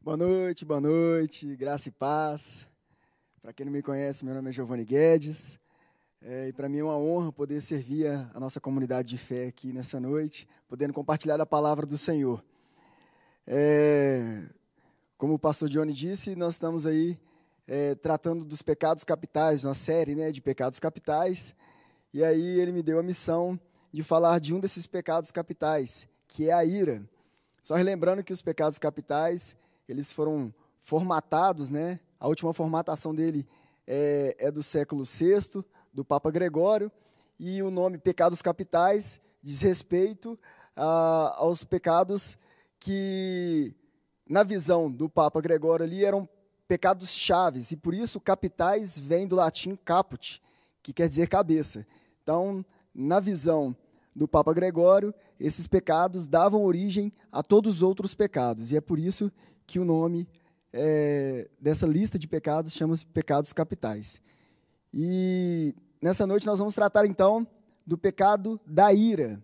Boa noite, graça e paz. Para quem não me conhece, meu nome é Giovanni Guedes, e para mim é uma honra poder servir a nossa comunidade de fé aqui nessa noite, podendo compartilhar a palavra do Senhor. Como o pastor Johnny disse, nós estamos aí tratando dos pecados capitais, uma série de pecados capitais, e aí ele me deu a missão de falar de um desses pecados capitais, que é a ira. Só relembrando que os pecados capitais, eles foram formatados, A última formatação dele é do século VI, do Papa Gregório, e o nome pecados capitais diz respeito aos pecados que, na visão do Papa Gregório ali, eram pecados chaves, e por isso capitais vem do latim caput, que quer dizer cabeça. Então, na visão do Papa Gregório, esses pecados davam origem a todos os outros pecados, e é por isso que o nome dessa lista de pecados chama-se pecados capitais. E nessa noite nós vamos tratar então do pecado da ira,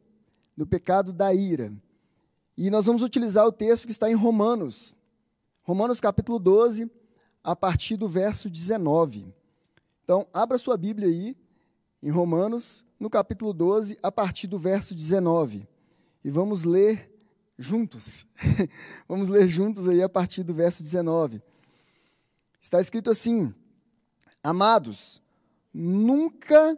E nós vamos utilizar o texto que está em Romanos capítulo 12, a partir do verso 19. Então, abra sua Bíblia aí, em Romanos, no capítulo 12, a partir do verso 19. E vamos ler juntos. Vamos ler juntos aí a partir do verso 19. Está escrito assim: Amados, nunca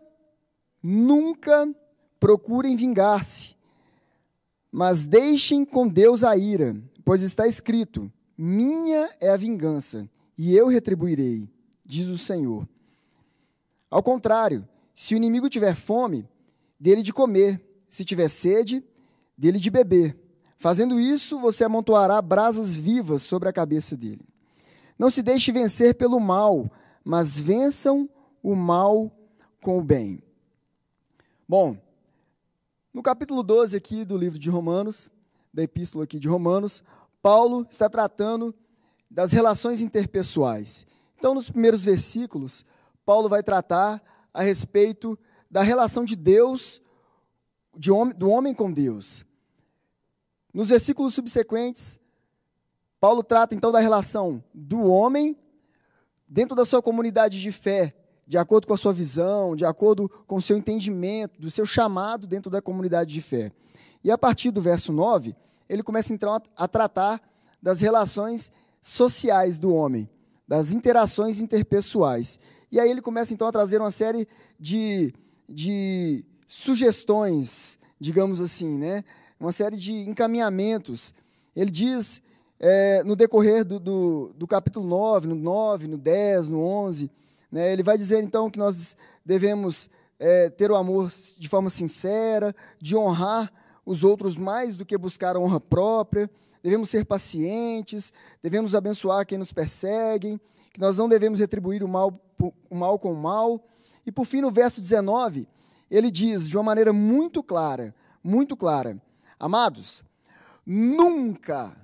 procurem vingar-se, mas deixem com Deus a ira, pois está escrito: minha é a vingança, e eu retribuirei, diz o Senhor. Ao contrário, se o inimigo tiver fome, dele de comer, se tiver sede, dele de beber. Fazendo isso, você amontoará brasas vivas sobre a cabeça dele. Não se deixe vencer pelo mal, mas vençam o mal com o bem. Bom, no capítulo 12 aqui do livro de Romanos, da epístola aqui de Romanos, Paulo está tratando das relações interpessoais. Então, nos primeiros versículos, Paulo vai tratar a respeito da relação de Deus, do homem com Deus. Nos versículos subsequentes, Paulo trata então da relação do homem dentro da sua comunidade de fé, de acordo com a sua visão, de acordo com o seu entendimento, do seu chamado dentro da comunidade de fé. E a partir do verso 9, ele começa então a tratar das relações sociais do homem, das interações interpessoais. E aí ele começa então a trazer uma série de sugestões, digamos assim, uma série de encaminhamentos. Ele diz, no decorrer do capítulo 9, no 10, no 11, ele vai dizer então que nós devemos ter o amor de forma sincera, de honrar os outros mais do que buscar a honra própria, devemos ser pacientes, devemos abençoar quem nos persegue, que nós não devemos retribuir o mal com o mal. E por fim, no verso 19, ele diz de uma maneira muito clara, amados, nunca,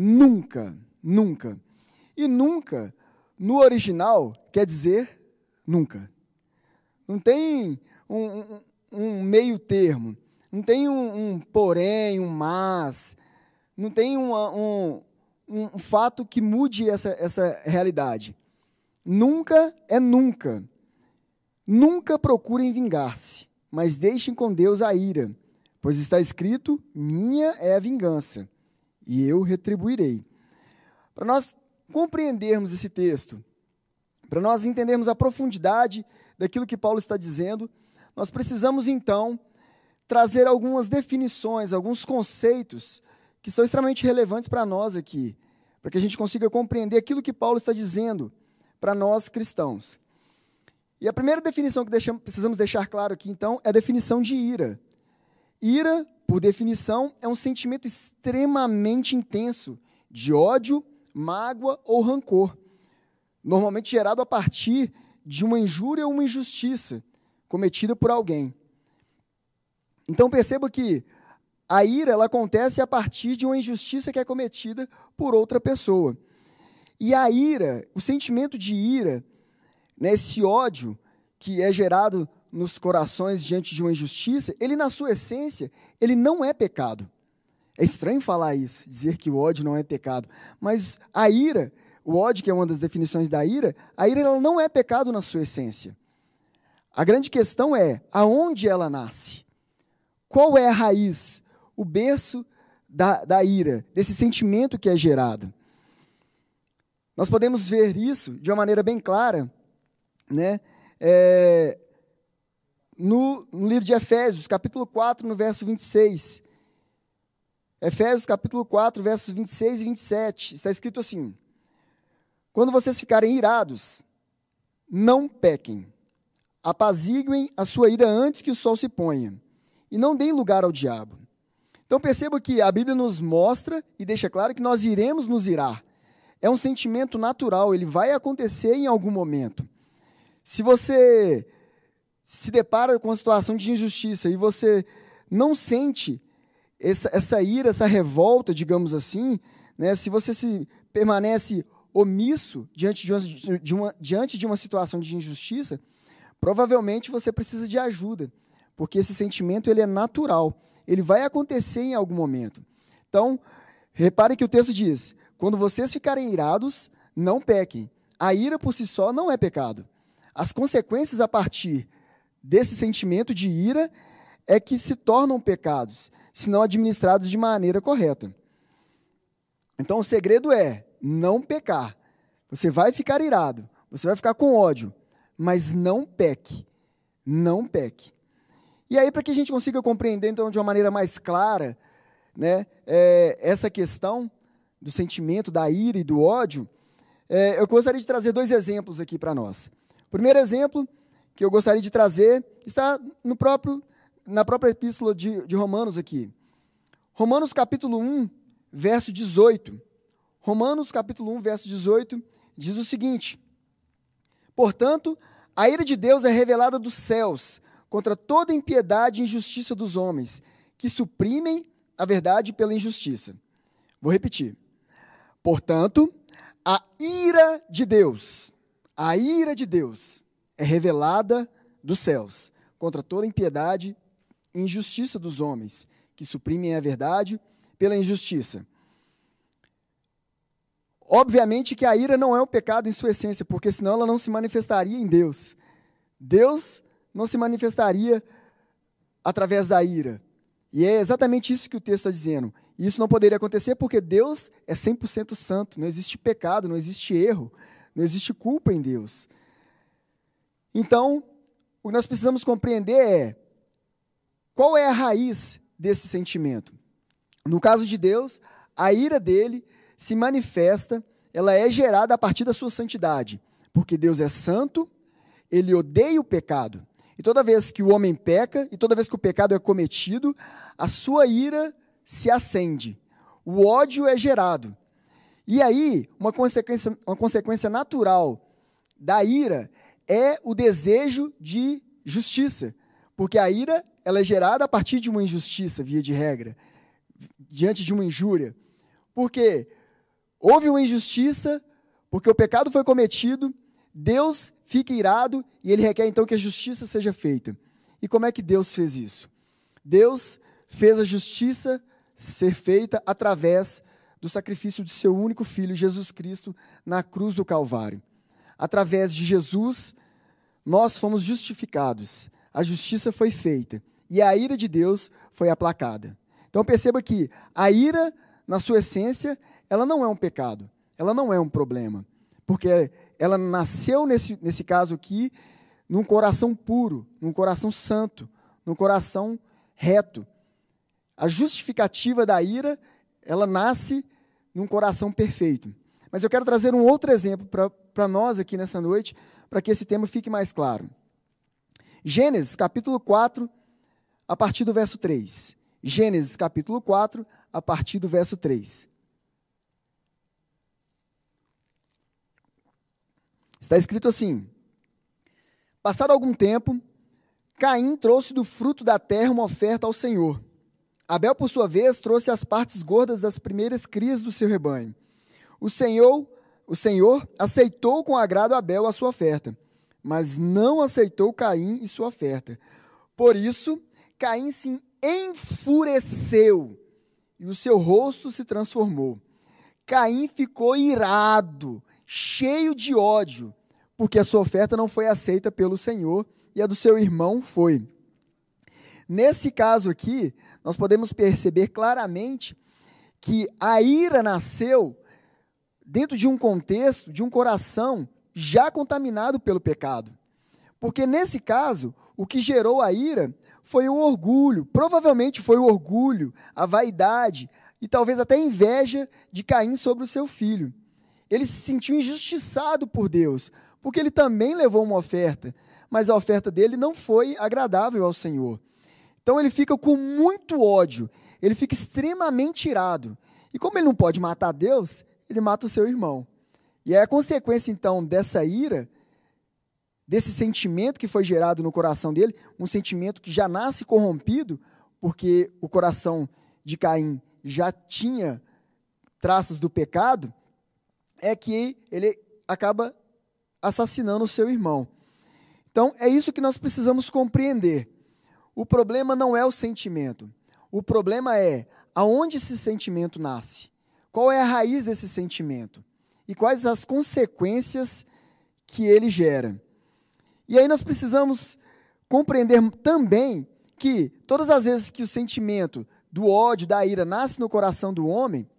e nunca, no original, quer dizer nunca. Não tem um meio termo, não tem um porém, um mas, não tem um fato que mude essa realidade. Nunca é nunca. Nunca procurem vingar-se, mas deixem com Deus a ira, pois está escrito: minha é a vingança, e eu retribuirei. Para nós compreendermos esse texto, para nós entendermos a profundidade daquilo que Paulo está dizendo, nós precisamos, então, trazer algumas definições, alguns conceitos que são extremamente relevantes para nós aqui, para que a gente consiga compreender aquilo que Paulo está dizendo para nós cristãos. E a primeira definição que precisamos deixar claro aqui, então, é a definição de ira. Ira, por definição, é um sentimento extremamente intenso de ódio, mágoa ou rancor, normalmente gerado a partir de uma injúria ou uma injustiça cometida por alguém. Então, perceba que a ira ela acontece a partir de uma injustiça que é cometida por outra pessoa. E a ira, o sentimento de ira, esse ódio que é gerado nos corações diante de uma injustiça, ele, na sua essência, ele não é pecado. É estranho falar isso, dizer que o ódio não é pecado. Mas a ira, o ódio, que é uma das definições da ira, a ira ela não é pecado na sua essência. A grande questão é aonde ela nasce. Qual é a raiz, o berço da ira, desse sentimento que é gerado? Nós podemos ver isso de uma maneira bem clara, né? No livro de Efésios, capítulo 4, no verso 26. Efésios, capítulo 4, versos 26 e 27. Está escrito assim: quando vocês ficarem irados, não pequem. Apaziguem a sua ira antes que o sol se ponha, e não deem lugar ao diabo. Então perceba que a Bíblia nos mostra e deixa claro que nós iremos nos irar. É um sentimento natural, ele vai acontecer em algum momento. Se você se depara com uma situação de injustiça e você não sente essa ira, essa revolta, digamos assim, né, se você permanece omisso diante de uma situação de injustiça, provavelmente você precisa de ajuda, porque esse sentimento ele é natural, ele vai acontecer em algum momento. Então, repare que o texto diz: quando vocês ficarem irados, não pequem. A ira por si só não é pecado. As consequências a partir desse sentimento de ira é que se tornam pecados, se não administrados de maneira correta. Então, o segredo é não pecar. Você vai ficar irado, você vai ficar com ódio, mas não peque. Não peque. E aí, para que a gente consiga compreender, então, de uma maneira mais clara, né, essa questão do sentimento, da ira e do ódio, eu gostaria de trazer 2 exemplos aqui para nós. O primeiro exemplo que eu gostaria de trazer está na própria epístola de Romanos aqui. Romanos capítulo 1, verso 18. Romanos capítulo 1, verso 18, diz o seguinte: portanto, a ira de Deus é revelada dos céus contra toda impiedade e injustiça dos homens, que suprimem a verdade pela injustiça. Vou repetir. Portanto, a ira de Deus é revelada dos céus contra toda impiedade e injustiça dos homens, que suprimem a verdade pela injustiça. Obviamente que a ira não é um pecado em sua essência, porque senão ela não se manifestaria em Deus. Deus não se manifestaria através da ira. E é exatamente isso que o texto está dizendo. E isso não poderia acontecer porque Deus é 100% santo, não existe pecado, não existe erro, não existe culpa em Deus. Então, o que nós precisamos compreender é qual é a raiz desse sentimento. No caso de Deus, a ira dele se manifesta, ela é gerada a partir da sua santidade, porque Deus é santo, ele odeia o pecado. E toda vez que o homem peca, e toda vez que o pecado é cometido, a sua ira se acende, o ódio é gerado. E aí, uma consequência natural da ira é o desejo de justiça, porque a ira ela é gerada a partir de uma injustiça, via de regra, diante de uma injúria. Porque houve uma injustiça, porque o pecado foi cometido, Deus fica irado e ele requer então que a justiça seja feita. E como é que Deus fez isso? Deus fez a justiça ser feita através do sacrifício de seu único filho, Jesus Cristo, na cruz do Calvário. Através de Jesus, nós fomos justificados, a justiça foi feita e a ira de Deus foi aplacada. Então perceba que a ira, na sua essência, ela não é um pecado, ela não é um problema, porque ela nasceu, nesse caso aqui, num coração puro, num coração santo, num coração reto. A justificativa da ira, ela nasce num coração perfeito. Mas eu quero trazer um outro exemplo para nós aqui nessa noite, para que esse tema fique mais claro. Gênesis, capítulo 4, a partir do verso 3. Gênesis, capítulo 4, a partir do verso 3. Está escrito assim: passado algum tempo, Caim trouxe do fruto da terra uma oferta ao Senhor. Abel, por sua vez, trouxe as partes gordas das primeiras crias do seu rebanho. O Senhor aceitou com agrado Abel a sua oferta, mas não aceitou Caim e sua oferta. Por isso, Caim se enfureceu e o seu rosto se transformou. Caim ficou irado, cheio de ódio, porque a sua oferta não foi aceita pelo Senhor e a do seu irmão foi. Nesse caso aqui, nós podemos perceber claramente que a ira nasceu dentro de um contexto, de um coração já contaminado pelo pecado. Porque nesse caso, o que gerou a ira foi o orgulho, provavelmente foi o orgulho, a vaidade e talvez até a inveja de Caim sobre o seu filho. Ele se sentiu injustiçado por Deus, porque ele também levou uma oferta, mas a oferta dele não foi agradável ao Senhor. Então ele fica com muito ódio, ele fica extremamente irado. E como ele não pode matar Deus, ele mata o seu irmão. E aí a consequência então dessa ira, desse sentimento que foi gerado no coração dele, um sentimento que já nasce corrompido, porque o coração de Caim já tinha traços do pecado, é que ele acaba assassinando o seu irmão. Então, é isso que nós precisamos compreender. O problema não é o sentimento. O problema é aonde esse sentimento nasce. Qual é a raiz desse sentimento? E quais as consequências que ele gera. E aí nós precisamos compreender também que todas as vezes que o sentimento do ódio, da ira, nasce no coração do homem,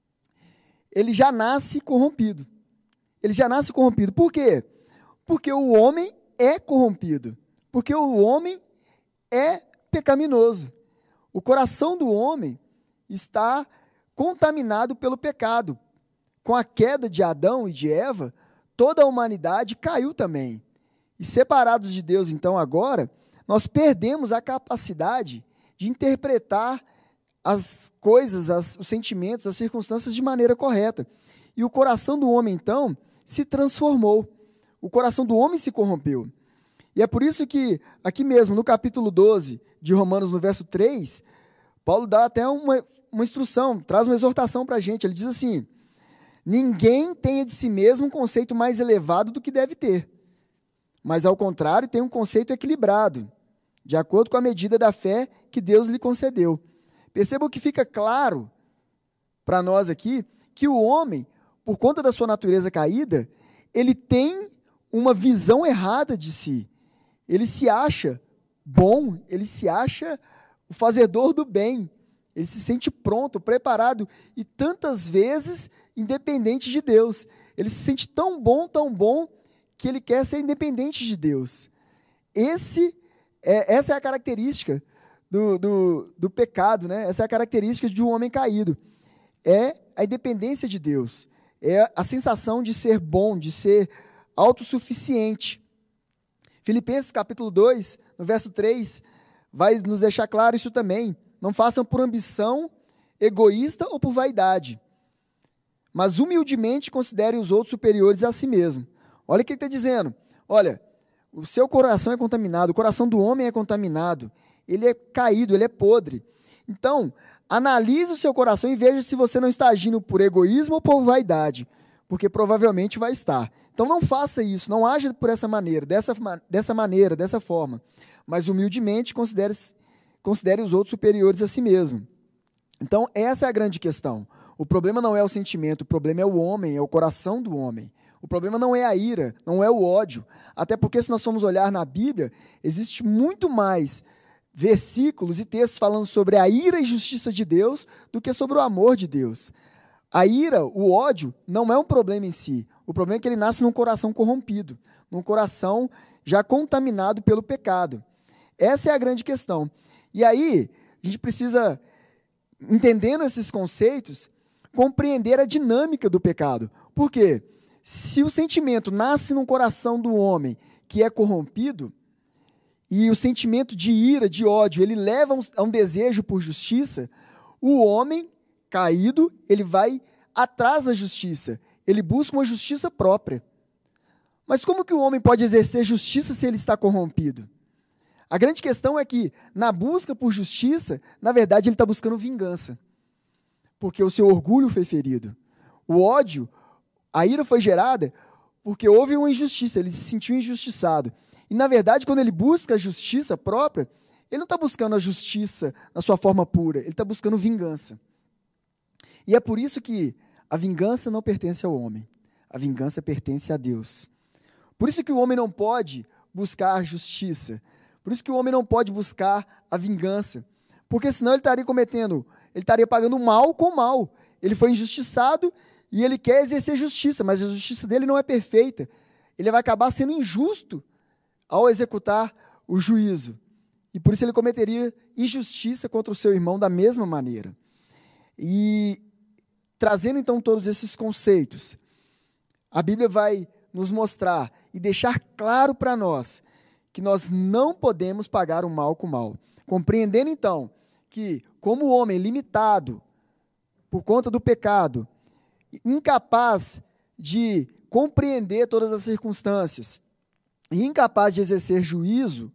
ele já nasce corrompido. Ele já nasce corrompido. Por quê? Porque o homem é corrompido. Porque o homem é pecaminoso. O coração do homem está contaminado pelo pecado. Com a queda de Adão e de Eva, toda a humanidade caiu também. E separados de Deus, então, agora, nós perdemos a capacidade de interpretar as coisas, os sentimentos, as circunstâncias de maneira correta. E o coração do homem, então, se transformou. O coração do homem se corrompeu. E é por isso que, aqui mesmo, no capítulo 12 de Romanos, no verso 3, Paulo dá até uma instrução, traz uma exortação para a gente. Ele diz assim: ninguém tenha de si mesmo um conceito mais elevado do que deve ter, mas, ao contrário, tem um conceito equilibrado, de acordo com a medida da fé que Deus lhe concedeu. Percebam que fica claro para nós aqui que o homem, por conta da sua natureza caída, ele tem uma visão errada de si. Ele se acha bom, ele se acha o fazedor do bem, ele se sente pronto, preparado e tantas vezes independente de Deus. Ele se sente tão bom, que ele quer ser independente de Deus. Essa é a característica do pecado, né? Essa é a característica de um homem caído. É a independência de Deus. É a sensação de ser bom, de ser autossuficiente. Filipenses capítulo 2, no verso 3, vai nos deixar claro isso também. Não façam por ambição egoísta ou por vaidade, mas humildemente considerem os outros superiores a si mesmo. Olha o que ele está dizendo. Olha, o seu coração é contaminado, o coração do homem é contaminado, ele é caído, ele é podre. Então, analise o seu coração e veja se você não está agindo por egoísmo ou por vaidade, porque provavelmente vai estar. Então, não faça isso, não haja por essa maneira, dessa forma, mas humildemente considere os outros superiores a si mesmo. Então, essa é a grande questão. O problema não é o sentimento, o problema é o homem, é o coração do homem. O problema não é a ira, não é o ódio. Até porque, se nós formos olhar na Bíblia, existe muito mais versículos e textos falando sobre a ira e justiça de Deus do que sobre o amor de Deus. A ira, o ódio, não é um problema em si. O problema é que ele nasce num coração corrompido, num coração já contaminado pelo pecado. Essa é a grande questão. E aí, a gente precisa, entendendo esses conceitos, compreender a dinâmica do pecado. Por quê? Se o sentimento nasce no coração do homem que é corrompido, e o sentimento de ira, de ódio, ele leva a um desejo por justiça, o homem caído, ele vai atrás da justiça, ele busca uma justiça própria. Mas como que o homem pode exercer justiça se ele está corrompido? A grande questão é que, na busca por justiça, na verdade ele está buscando vingança, porque o seu orgulho foi ferido. O ódio, a ira foi gerada porque houve uma injustiça, ele se sentiu injustiçado. E, na verdade, quando ele busca a justiça própria, ele não está buscando a justiça na sua forma pura, ele está buscando vingança. E é por isso que a vingança não pertence ao homem. A vingança pertence a Deus. Por isso que o homem não pode buscar a justiça. Por isso que o homem não pode buscar a vingança. Porque senão ele estaria pagando mal com mal. Ele foi injustiçado e ele quer exercer justiça, mas a justiça dele não é perfeita. Ele vai acabar sendo injusto ao executar o juízo. E por isso ele cometeria injustiça contra o seu irmão da mesma maneira. E trazendo então todos esses conceitos, a Bíblia vai nos mostrar e deixar claro para nós que nós não podemos pagar o mal com o mal. Compreendendo então que, como homem limitado por conta do pecado, incapaz de compreender todas as circunstâncias e incapaz de exercer juízo,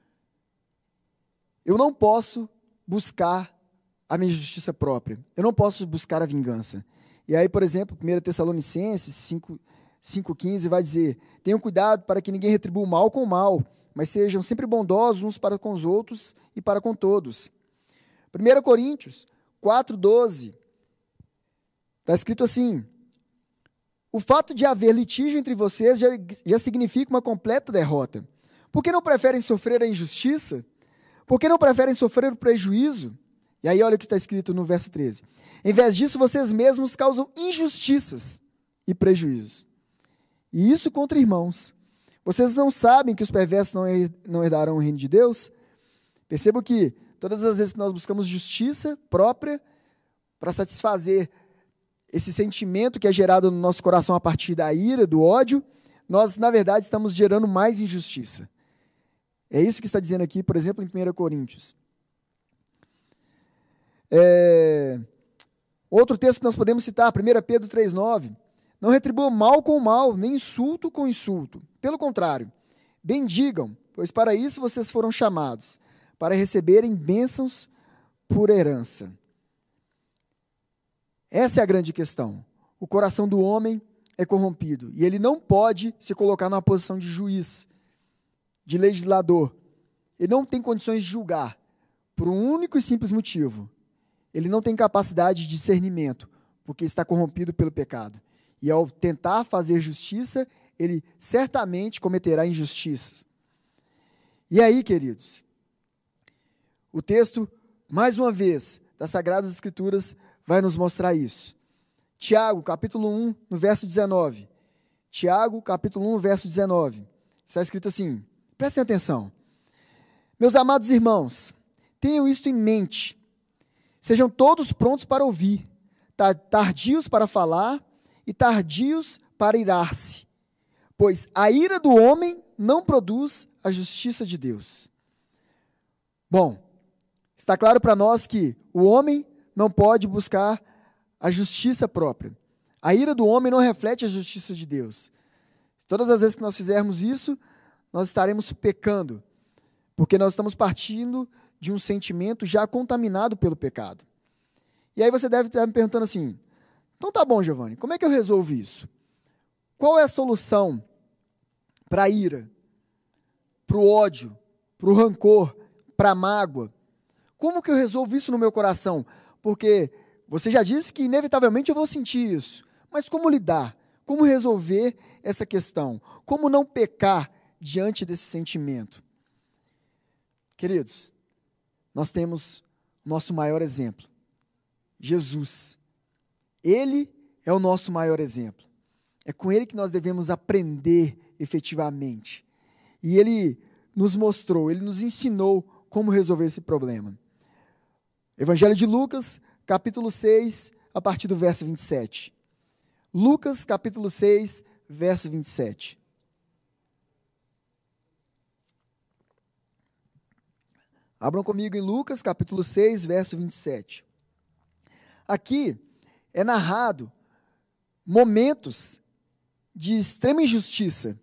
eu não posso buscar a minha justiça própria. Eu não posso buscar a vingança. E aí, por exemplo, 1 Tessalonicenses 5,15 vai dizer: tenham cuidado para que ninguém retribua o mal com o mal, mas sejam sempre bondosos uns para com os outros e para com todos. 1 Coríntios 4,12 está escrito assim: o fato de haver litígio entre vocês já significa uma completa derrota. Por que não preferem sofrer a injustiça? Por que não preferem sofrer o prejuízo? E aí olha o que está escrito no verso 13. Em vez disso, vocês mesmos causam injustiças e prejuízos. E isso contra irmãos. Vocês não sabem que os perversos não herdarão o reino de Deus? Percebo que todas as vezes que nós buscamos justiça própria para satisfazer esse sentimento que é gerado no nosso coração a partir da ira, do ódio, nós, na verdade, estamos gerando mais injustiça. É isso que está dizendo aqui, por exemplo, em 1 Coríntios. Outro texto que nós podemos citar, 1 Pedro 3,9. Não retribuam mal com mal, nem insulto com insulto. Pelo contrário, bendigam, pois para isso vocês foram chamados, para receberem bênçãos por herança. Essa é a grande questão. O coração do homem é corrompido e ele não pode se colocar numa posição de juiz, de legislador. Ele não tem condições de julgar por um único e simples motivo. Ele não tem capacidade de discernimento, porque está corrompido pelo pecado. E ao tentar fazer justiça, ele certamente cometerá injustiças. E aí, queridos, o texto, mais uma vez, das Sagradas Escrituras, vai nos mostrar isso. Tiago, capítulo 1, no verso 19. Tiago, capítulo 1, verso 19. Está escrito assim, prestem atenção. Meus amados irmãos, tenham isto em mente. Sejam todos prontos para ouvir, tardios para falar e tardios para irar-se, pois a ira do homem não produz a justiça de Deus. Bom, está claro para nós que o homem não pode buscar a justiça própria. A ira do homem não reflete a justiça de Deus. Todas as vezes que nós fizermos isso, nós estaremos pecando, porque nós estamos partindo de um sentimento já contaminado pelo pecado. E aí você deve estar me perguntando assim, então tá bom, Giovanni, como é que eu resolvo isso? Qual é a solução para a ira, para o ódio, para o rancor, para a mágoa? Como que eu resolvo isso no meu coração? Porque você já disse que inevitavelmente eu vou sentir isso, mas como lidar? Como resolver essa questão? Como não pecar diante desse sentimento? Queridos, nós temos nosso maior exemplo, Jesus. Ele é o nosso maior exemplo. É com ele que nós devemos aprender efetivamente. E ele nos mostrou, ele nos ensinou como resolver esse problema. Evangelho de Lucas, capítulo 6, a partir do verso 27. Lucas, capítulo 6, verso 27. Abram comigo em Lucas, capítulo 6, verso 27. Aqui é narrado momentos de extrema injustiça,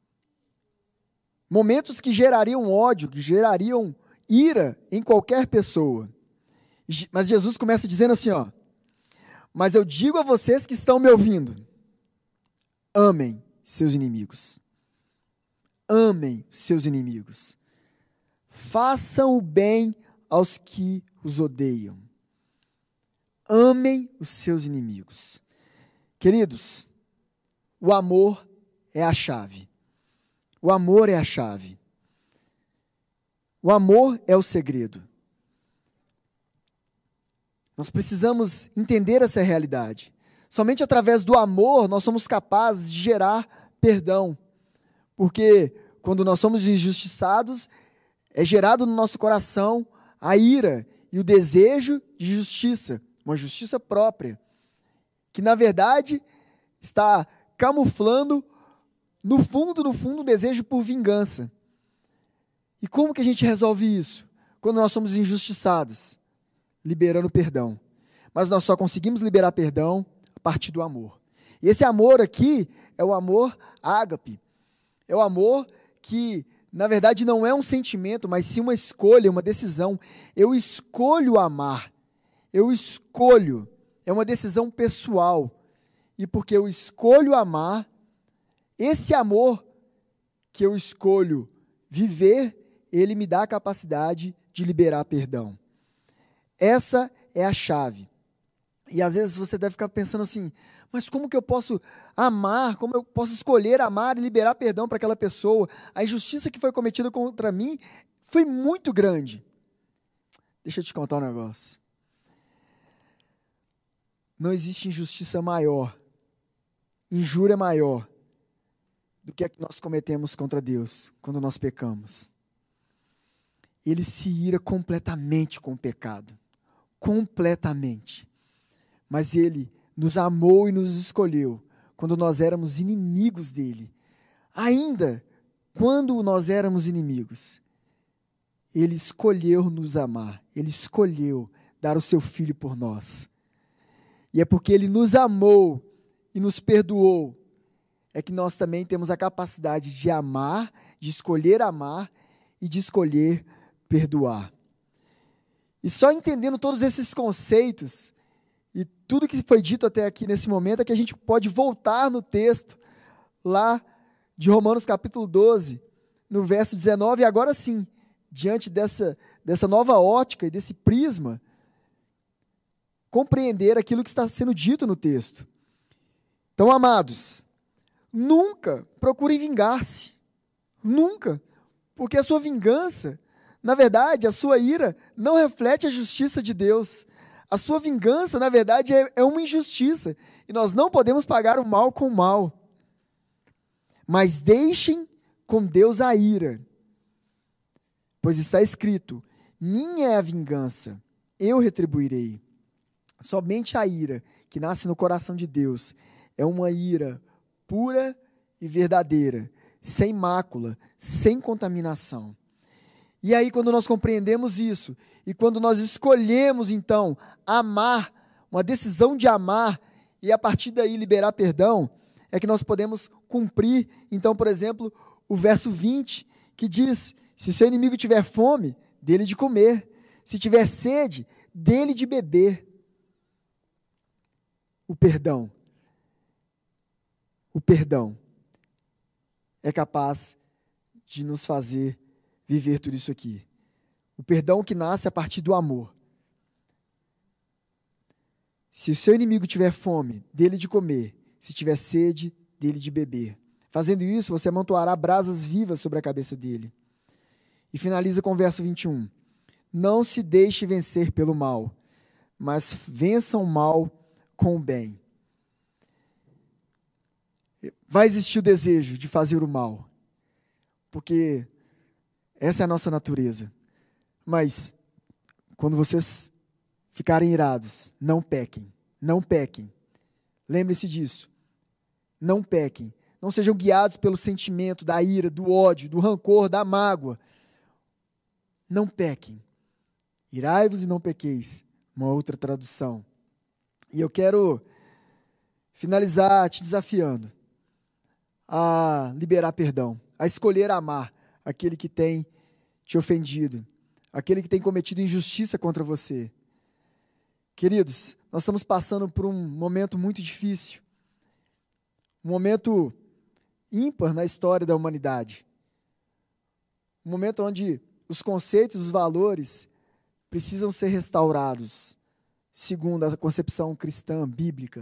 momentos que gerariam ódio, que gerariam ira em qualquer pessoa. Mas Jesus começa dizendo assim, ó, mas eu digo a vocês que estão me ouvindo, amem seus inimigos. Amem seus inimigos. Façam o bem aos que os odeiam. amem os seus inimigos. Queridos, o amor é a chave. O amor é a chave. O amor é o segredo. Nós precisamos entender essa realidade. Somente através do amor nós somos capazes de gerar perdão. Porque quando nós somos injustiçados, é gerado no nosso coração a ira e o desejo de justiça, uma justiça própria, que na verdade está camuflando no fundo, o desejo por vingança. E como que a gente resolve isso? Quando nós somos injustiçados? Liberando perdão. Mas nós só conseguimos liberar perdão a partir do amor. E esse amor aqui é o amor ágape. É o amor que, na verdade, não é um sentimento, mas sim uma escolha, uma decisão. Eu escolho amar. Eu escolho. É uma decisão pessoal. E porque eu escolho amar, esse amor que eu escolho viver, ele me dá a capacidade de liberar perdão. Essa é a chave. E às vezes você deve ficar pensando assim, mas como que eu posso amar, como eu posso escolher amar e liberar perdão para aquela pessoa? A injustiça que foi cometida contra mim foi muito grande. Deixa eu te contar um negócio. Não existe injustiça maior, injúria maior, do que a que nós cometemos contra Deus, quando nós pecamos. Ele se ira completamente com o pecado. Completamente. Mas Ele nos amou e nos escolheu quando nós éramos inimigos dEle. Ainda quando nós éramos inimigos, Ele escolheu nos amar. Ele escolheu dar o Seu Filho por nós. E é porque Ele nos amou e nos perdoou, é que nós também temos a capacidade de amar, de escolher amar e de escolher perdoar. E só entendendo todos esses conceitos e tudo que foi dito até aqui nesse momento é que a gente pode voltar no texto lá de Romanos capítulo 12, no verso 19, e agora sim, diante dessa nova ótica e desse prisma, compreender aquilo que está sendo dito no texto. Então, amados, nunca procurem vingar-se. Nunca. Porque a sua vingança, na verdade, a sua ira não reflete a justiça de Deus. A sua vingança, na verdade, é uma injustiça. E nós não podemos pagar o mal com o mal. Mas deixem com Deus a ira. Pois está escrito, minha é a vingança, eu retribuirei. Somente a ira que nasce no coração de Deus é uma ira pura e verdadeira, sem mácula, sem contaminação. E aí, quando nós compreendemos isso, e quando nós escolhemos, então, amar, uma decisão de amar, e a partir daí liberar perdão, é que nós podemos cumprir, então, por exemplo, o verso 20, que diz, se seu inimigo tiver fome, dê-lhe de comer, se tiver sede, dê-lhe de beber. O perdão é capaz de nos fazer viver tudo isso aqui. O perdão que nasce a partir do amor. Se o seu inimigo tiver fome, dê-lhe de comer. Se tiver sede, dê-lhe de beber. Fazendo isso, você amontoará brasas vivas sobre a cabeça dele. E finaliza com o verso 21. Não se deixe vencer pelo mal, mas vença o mal com o bem. Vai existir o desejo de fazer o mal, porque essa é a nossa natureza. Mas, quando vocês ficarem irados, não pequem, não pequem. Lembre-se disso. Não pequem. Não sejam guiados pelo sentimento da ira, do ódio, do rancor, da mágoa. Não pequem. Irai-vos e não pequeis. Uma outra tradução. E eu quero finalizar te desafiando a liberar perdão, a escolher amar aquele que tem te ofendido, aquele que tem cometido injustiça contra você. Queridos, nós estamos passando por um momento muito difícil, um momento ímpar na história da humanidade, um momento onde os conceitos, os valores precisam ser restaurados, segundo a concepção cristã, bíblica.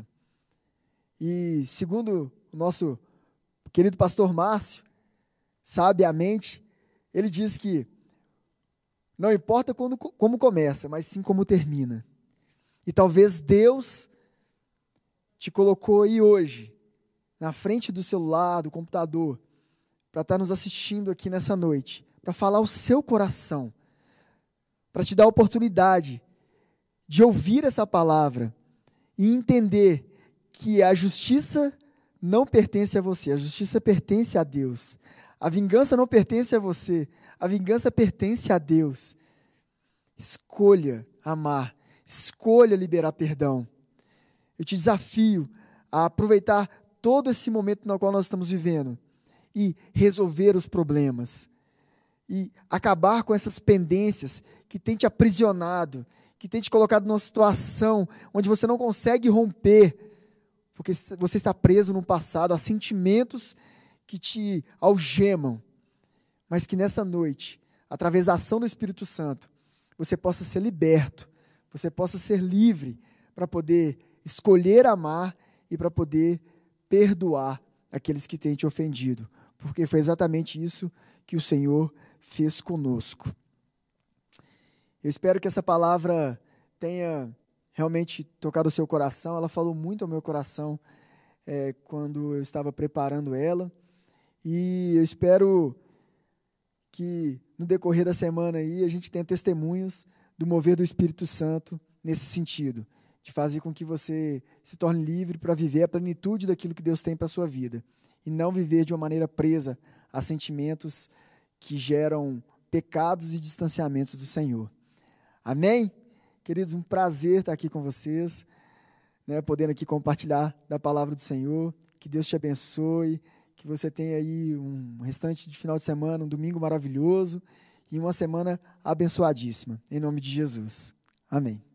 E segundo o nosso querido pastor Márcio, sabiamente, ele diz que não importa como começa, mas sim como termina. E talvez Deus te colocou aí hoje, na frente do celular, do computador, para estar nos assistindo aqui nessa noite, para falar o seu coração, para te dar a oportunidade de ouvir essa palavra e entender que a justiça não pertence a você, a justiça pertence a Deus. A vingança não pertence a você, a vingança pertence a Deus. Escolha amar, escolha liberar perdão. Eu te desafio a aproveitar todo esse momento no qual nós estamos vivendo e resolver os problemas e acabar com essas pendências que têm te aprisionado, que têm te colocado numa situação onde você não consegue romper, porque você está preso no passado, a sentimentos que te algemam, mas que nessa noite, através da ação do Espírito Santo, você possa ser liberto, você possa ser livre para poder escolher amar e para poder perdoar aqueles que têm te ofendido, porque foi exatamente isso que o Senhor fez conosco. Eu espero que essa palavra tenha realmente tocado o seu coração. Ela falou muito ao meu coração quando eu estava preparando ela, e eu espero que no decorrer da semana aí a gente tenha testemunhos do mover do Espírito Santo nesse sentido, de fazer com que você se torne livre para viver a plenitude daquilo que Deus tem para a sua vida, e não viver de uma maneira presa a sentimentos que geram pecados e distanciamentos do Senhor. Amém? Queridos, um prazer estar aqui com vocês, podendo aqui compartilhar da palavra do Senhor. Que Deus te abençoe, que você tenha aí um restante de final de semana, um domingo maravilhoso e uma semana abençoadíssima. Em nome de Jesus. Amém.